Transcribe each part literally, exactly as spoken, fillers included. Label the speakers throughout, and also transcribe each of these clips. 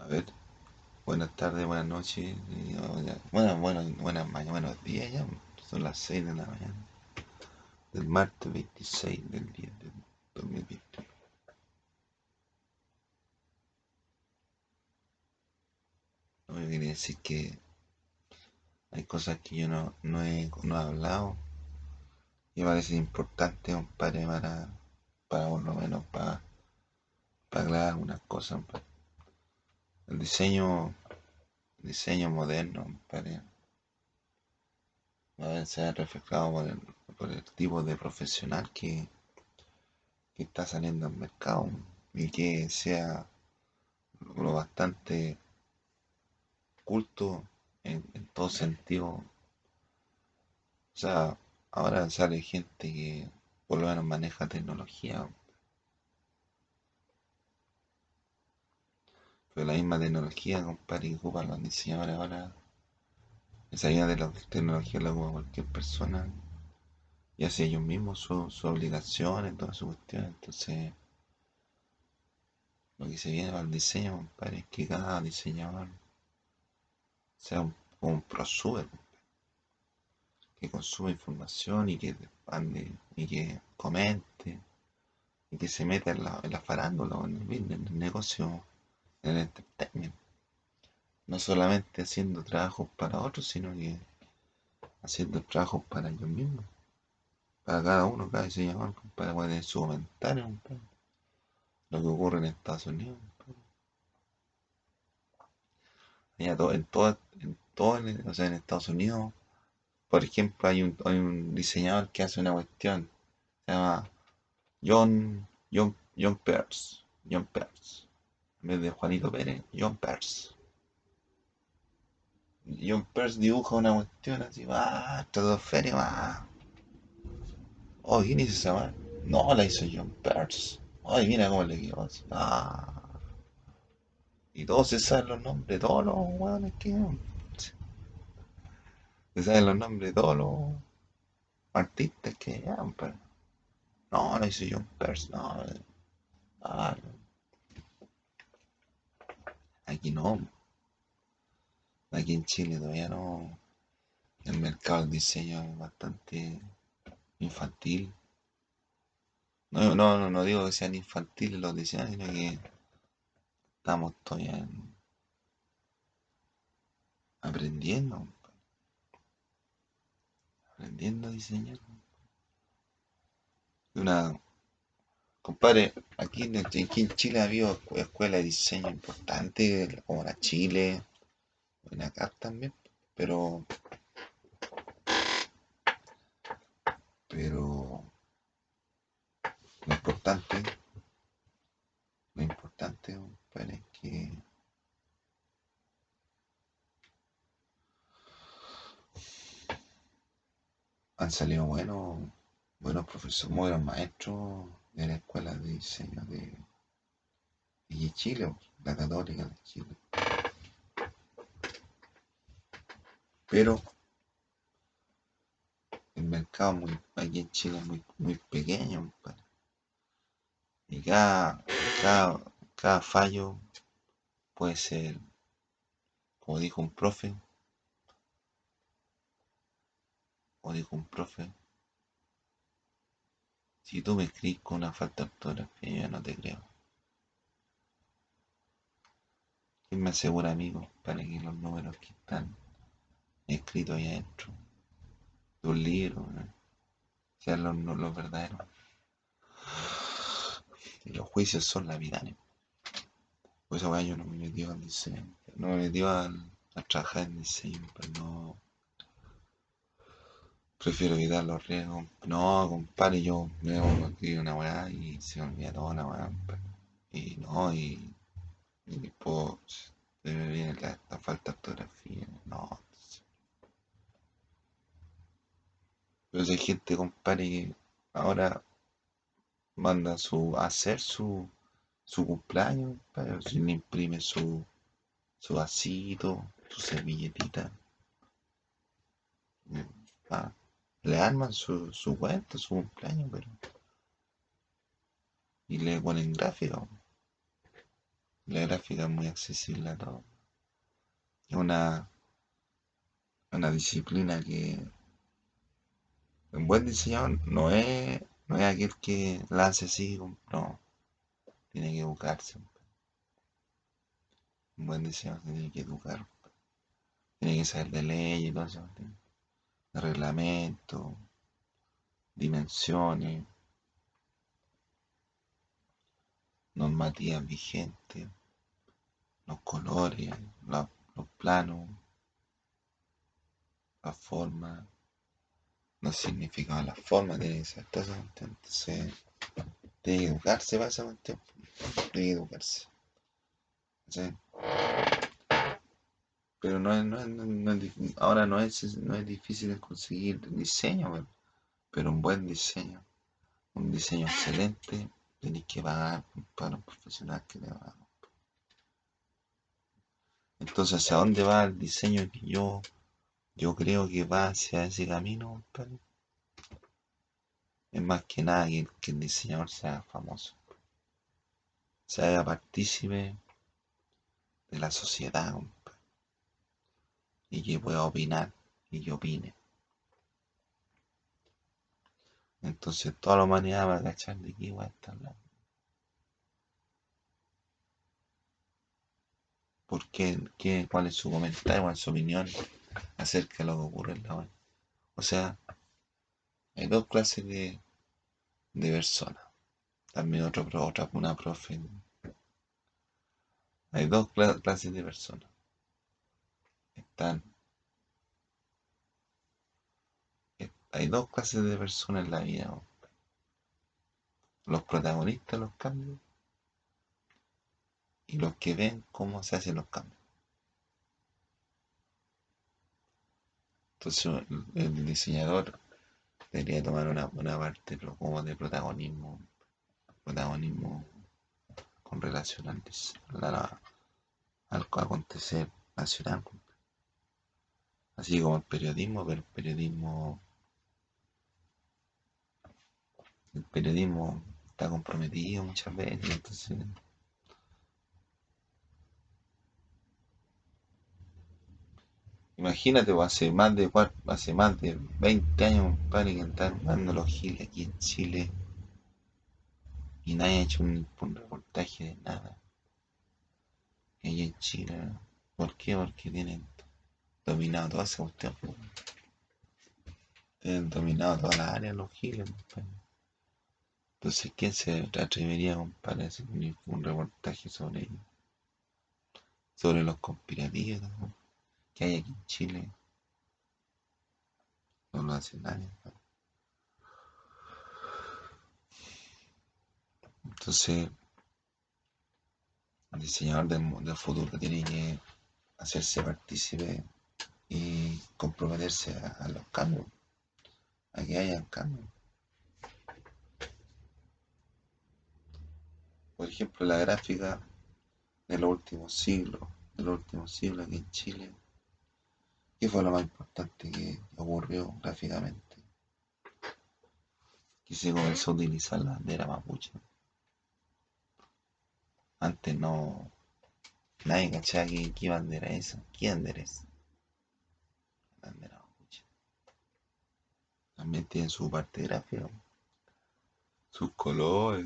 Speaker 1: A ver, buenas tardes, buenas noches, y, oh, ya, buenas, buenas, buenas mañanas, buenos días ya. Son las seis de la mañana del martes veintiséis del diez del dos mil veinte. No, yo quería decir que hay cosas que yo no, no he, no he hablado y me parecen importantes, compadre, para, para por lo menos para, para aclarar algunas cosas, compadre. El diseño, el diseño moderno, compadre, va a ser reflejado por el, por el tipo de profesional que, que está saliendo al mercado y que sea lo bastante culto en, en todo sentido. O sea, ahora sale gente que por lo menos maneja tecnología, pero la misma tecnología, compadre, que ocupan los diseñadores ahora, esa idea de la tecnología la ocupa cualquier persona y hace ellos mismos sus su obligaciones, todas sus cuestiones. Entonces, lo que se viene para el diseño, compadre, es que cada diseñador sea un, un prosumer, que consuma información y que expande y que comente y que se meta en la, en la farándula o en el business, en el negocio, en el entertainment. No solamente haciendo trabajos para otros, sino que haciendo trabajos para ellos mismos, para cada uno, cada diseñador, para poder tener su comentario, compadre. Lo que ocurre en Estados Unidos, compadre. Allá todo, en todo, en todo, el- o sea, en Estados Unidos, por ejemplo, hay un, hay un diseñador que hace una cuestión, se llama John, John, John Pearce, John Pearce, en vez de Juanito Pérez, John Pearce. John Pearce dibuja una cuestión así, va, estratosferia, va. Oh, ¿quién hizo esa weá? No, la hizo John Pearce. Ay, mira cómo le quedó así. Ah. Y todos se saben los nombres, todos los weones que se saben los nombres de todos los artistas que llaman, pero. No, la hizo John Pearce, no. Ah, aquí no. Aquí en Chile todavía no. El mercado del diseño es bastante infantil. No, no, no, no digo que sean infantiles los diseños, sino que estamos todavía en- aprendiendo, aprendiendo a diseñar. Una, compadre, aquí en, aquí en Chile ha habido escuelas de diseño importantes, como la Chile, en acá también, pero, pero lo importante, lo importante, compadre, es que han salido buenos, buenos profesores, buenos maestros de la escuela de diseño de, de Chile, la Católica de Chile. Pero el mercado muy, aquí en Chile es muy, muy pequeño, compadre. Y cada, cada, cada fallo puede ser, como dijo un profe, o dijo un profe, si tú me escribes con una falta de ortografía, yo no te creo. ¿Quién me asegura, amigo, para que los números que están escritos ahí adentro de un libro, ¿no?, sean los, no- los verdaderos? Y los juicios son lapidarios. Por eso, weón, yo no me metí al diseño. No me metí al, a trabajar en diseño, pero no. Prefiero evitar los riesgos. No, compadre, yo me pongo a escribir una weá y se me olvida toda la weá, compadre. Y no, y, y después se me viene la, la falta de ortografía. No. Pero si hay gente, compadre, que ahora manda su, a hacer su, su cumpleaños, compadre, si le imprime su, su vasito, su servilletita. eh, ah, Le arman su, su cuenta, su cumpleaños, pero. Y le ponen gráfica. La gráfica es muy accesible a todos. Es una, una disciplina que un buen diseñador no es, no es aquel que la hace así, como- no, tiene que educarse. Un buen diseñador se tiene que educar, tiene que saber de ley y todo eso, de reglamento, dimensiones, normativas vigentes, los colores, la- los planos, la forma, los significados de la forma, tiene que ser todo eso, entonces tiene que educarse para esa cuestión, tiene que educarse. ¿Sí? Pero no es, no es- no es- no es dif- ahora no es, no es difícil conseguir diseño, pero, pero un buen diseño, un diseño excelente, tenéis que pagar para un profesional que te va a... Entonces, ¿hacia dónde va el diseño que yo, yo creo que va hacia ese camino, compadre? Es más que nada que, que el diseñador sea famoso, se haga partícipe de la sociedad, compadre, y que pueda opinar y que opine. Entonces, toda la humanidad va a cachar de qué va a estar hablando. ¿Por qué, qué, cuál es su comentario, cuál es su opinión acerca de lo que ocurre en la O N U? O sea, hay dos clases de, de personas. También otro, otra, una profe. Hay dos clases de personas. Están, hay dos clases de personas en la vida, ¿no? Los protagonistas de los cambios y los que ven cómo se hacen los cambios. Entonces, el diseñador debería tomar una, una parte pero como de protagonismo, protagonismo con relación al, al, al acontecer nacional. Así como el periodismo, pero el periodismo, el periodismo está comprometido muchas veces, entonces imagínate, pues, hace más de cuatro, hace más de veinte años, compadre, que están dando los giles aquí en Chile y nadie ha hecho un, un reportaje de nada. Y aquí en Chile, ¿no? ¿Por qué? Porque tienen dominado toda esa cuestión, pues. Tienen dominado toda la área los giles, compadre. Entonces, ¿quién se atrevería, compadre, a hacer un, un reportaje sobre ellos? Sobre los conspirativos, ¿no? Que hay aquí en Chile, no lo hace nadie, compadre. Entonces, el diseñador del, del futuro tiene que hacerse partícipe y comprometerse a, a los cambios, a que haya cambios. Por ejemplo, la gráfica de los últimos siglos, de los últimos siglos aquí en Chile, ¿qué fue lo más importante que ocurrió gráficamente? Que se comenzó a utilizar la bandera mapuche. Antes no, nadie cachaba que, qué bandera es esa, qué bandera es la bandera mapuche. También tiene su parte gráfica, sus colores,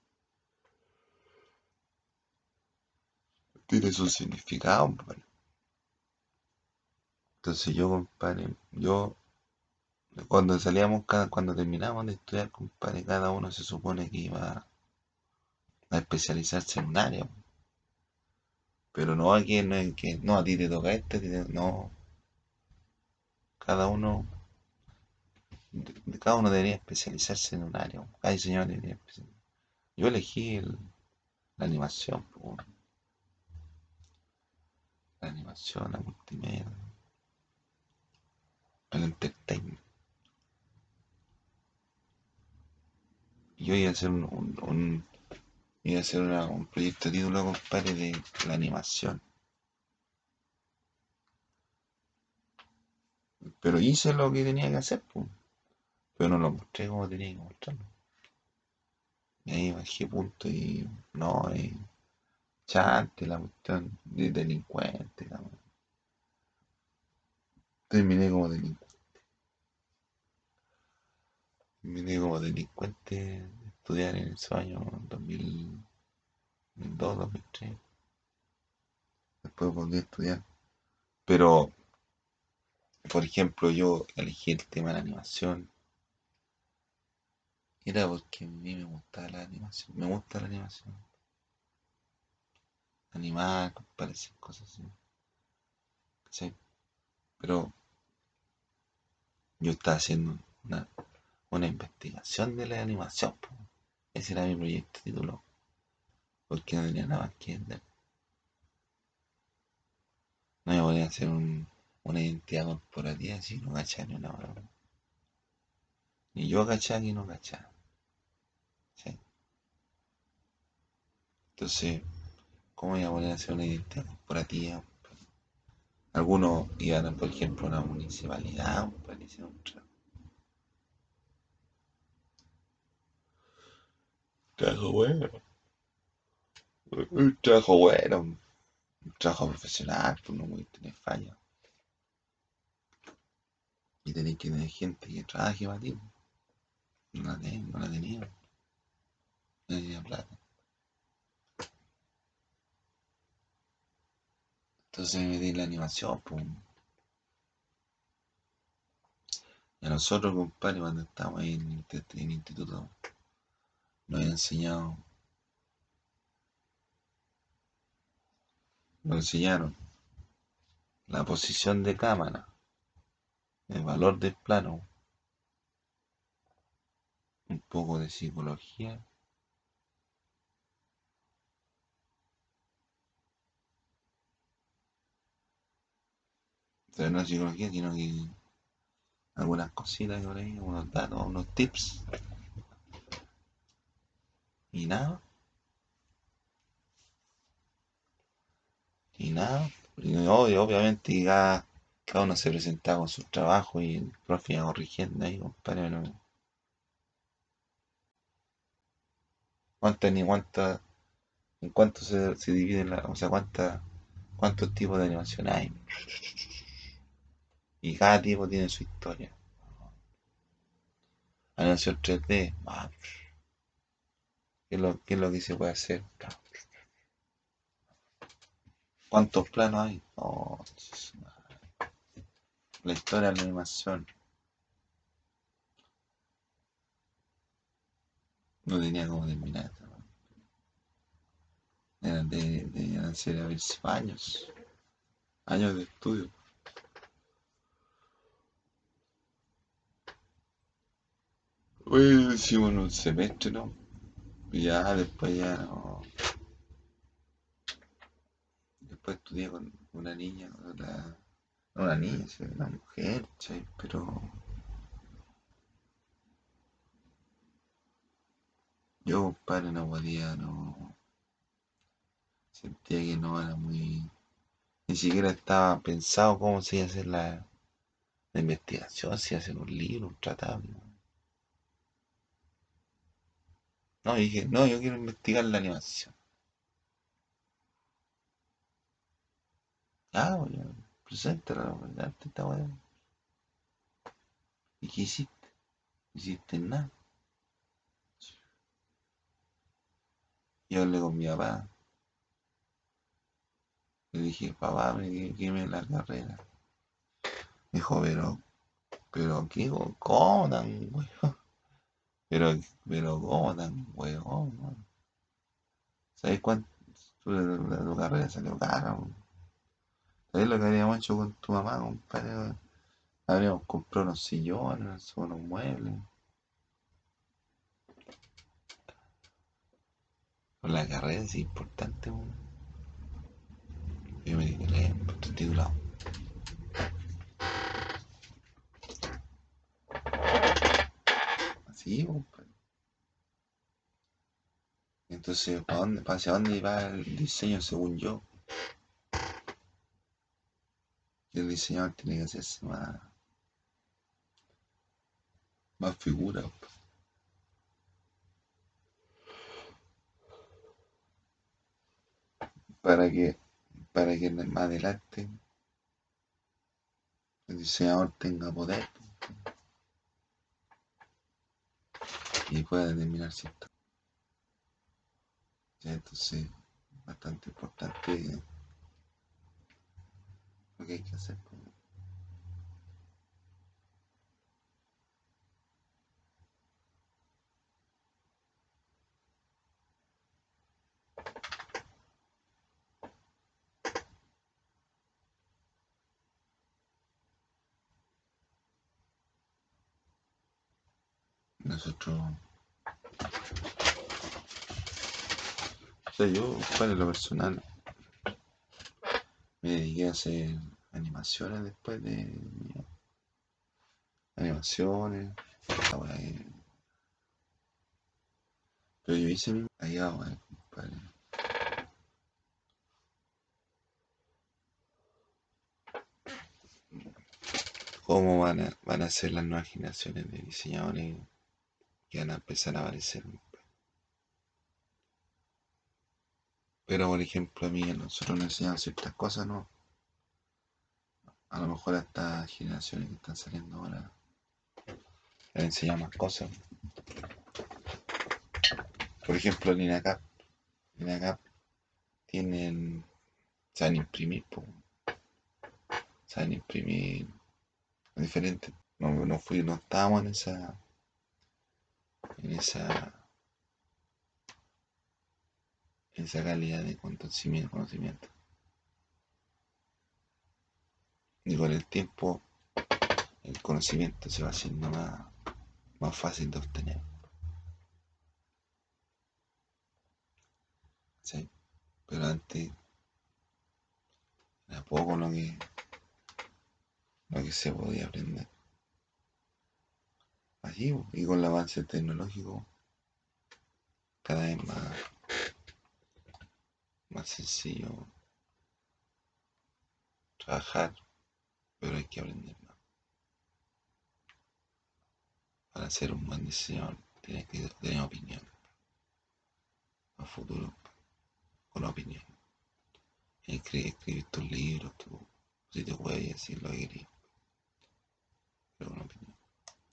Speaker 1: tiene su significado, compadre. Entonces yo, compadre, yo cuando salíamos, cada, cuando terminábamos de estudiar, compadre, cada uno se supone que iba a especializarse en un área. Pero no a que no, que, no a ti te toca este, a ti te- no, cada uno, cada uno debería especializarse en un área, cada diseñador debería especializarse. Yo elegí el- la animación, po, la animación, la multimedia, el entertainment. Y yo iba a hacer un, un- un- iba a hacer una- un proyecto de título, compadre, de la animación. Pero hice lo que tenía que hacer, po, pero no lo mostré como tenía que mostrarlo. Y ahí bajé punto y no, eh, chante, la cuestión de delincuente, la wea. Terminé como delincuente, terminé como delincuente de estudiar en esos años dos mil dos, dos mil tres. Después volví a estudiar. Pero, por ejemplo, yo elegí el tema de la animación. Era porque a mí me gustaba la animación. Me gusta la animación. Animar, parecen cosas así. ¿Cachai? Pero yo estaba haciendo una, una investigación de la animación, po. Ese era mi proyecto título. Porque no tenía nada más que ver. No me podía hacer un, una identidad corporativa si no cachaba ni una hora. Ni yo cachaba ni no cachaba. ¿Sí? Entonces, ¿cómo iba a poner a hacer una identidad corporativa? Algunos iban, por ejemplo, a una municipalidad para iniciar un trabajo. Trabajo bueno. Un trabajo bueno, un trabajo profesional, pues no voy a tener fallas. Y tenéis que tener gente que trabaje para ti, pues. No la, ten, no la tenía, no tenía plata. Entonces me metí en la animación, pues. Y a nosotros, compadre, cuando estábamos ahí en el, en el instituto, nos habían enseñado, nos enseñaron la posición de cámara, el valor del plano, un poco de psicología. O sea, no psicología, sino que algunas cositas por ahí, unos datos, unos tips y nada, y nada. Y obvio, obviamente cada, cada uno se presentaba con su trabajo y el profe iba corrigiendo ahí, compadre, pero cuántas ni cuántas, en cuánto se, se dividen, la, o sea, cuántas, cuántos tipos de animación hay. Y cada tipo tiene su historia. Animación tres D, ah, ¿qué es lo, qué es lo que se puede hacer? ¿Cuántos planos hay? Oh, la historia de la animación. No tenía cómo terminar. Eran de, de, ser a ver años, años de estudio. Bueno, hicimos en un semestre, ¿no? Y ya después ya no. Después estudié con una niña, otra, no una niña, sí, una mujer, ¿sí? Pero yo, compadre, no podía, no. Sentía que no era muy. Ni siquiera estaba pensado cómo se iba a hacer la, la investigación, si iba a hacer un libro, un tratado. No, no, dije, no, yo quiero investigar la animación. Ah, pues ya, preséntala, pues, date esta weá. ¿Y qué hiciste? No hiciste nada. Yo hablé con mi papá, le dije, papá, me queme la carrera. Me dijo, pero, pero, ¿qué? ¿Cómo tan weón? Pero, pero, ¿cómo tan weón, man? ¿Sabes cuánto? Tu, la- tu carrera salió cara, weón. ¿Sabes lo que habríamos hecho con tu mamá, compadre? Habríamos comprado unos sillones, unos muebles. Con la carrera es importante, weón. Yo me dije, pues estoy titulado. Así, compadre. Entonces, ¿para dónde, para hacia dónde va el diseño según yo? Que el diseñador tiene que hacerse más, más figuras. para que, para que más adelante el diseñador tenga poder y pueda determinar ciertas cosas. Entonces, bastante importante lo que hay que hacer. Nosotros, o sea, yo, para lo personal, me dediqué a hacer animaciones después de mi- animaciones, la wea, eh, pero yo hice mi allá, wea, compadre. ¿Cómo van a, van a ser las nuevas generaciones de diseñadores que van a empezar a aparecer? Pero, por ejemplo, a mí, a nosotros nos enseñan ciertas cosas, ¿no? A lo mejor a estas generaciones que están saliendo ahora les enseñan más cosas. Por ejemplo, en INACAP, INACAP tienen, saben imprimir, po, saben imprimir diferente. No, no fui, no estábamos en esa, en esa, en esa calidad de conocimiento, conocimiento. Y con el tiempo el conocimiento se va haciendo más, más fácil de obtener. ¿Sí? Pero antes era poco lo que, lo que se podía aprender. Así, y con el avance tecnológico, cada vez más, más sencillo trabajar, pero hay que aprender más. Para ser un buen diseñador, tienes que tener opinión a futuro, con opinión. Escribir, escribir tus libros, tu sitio web y así lo que querías.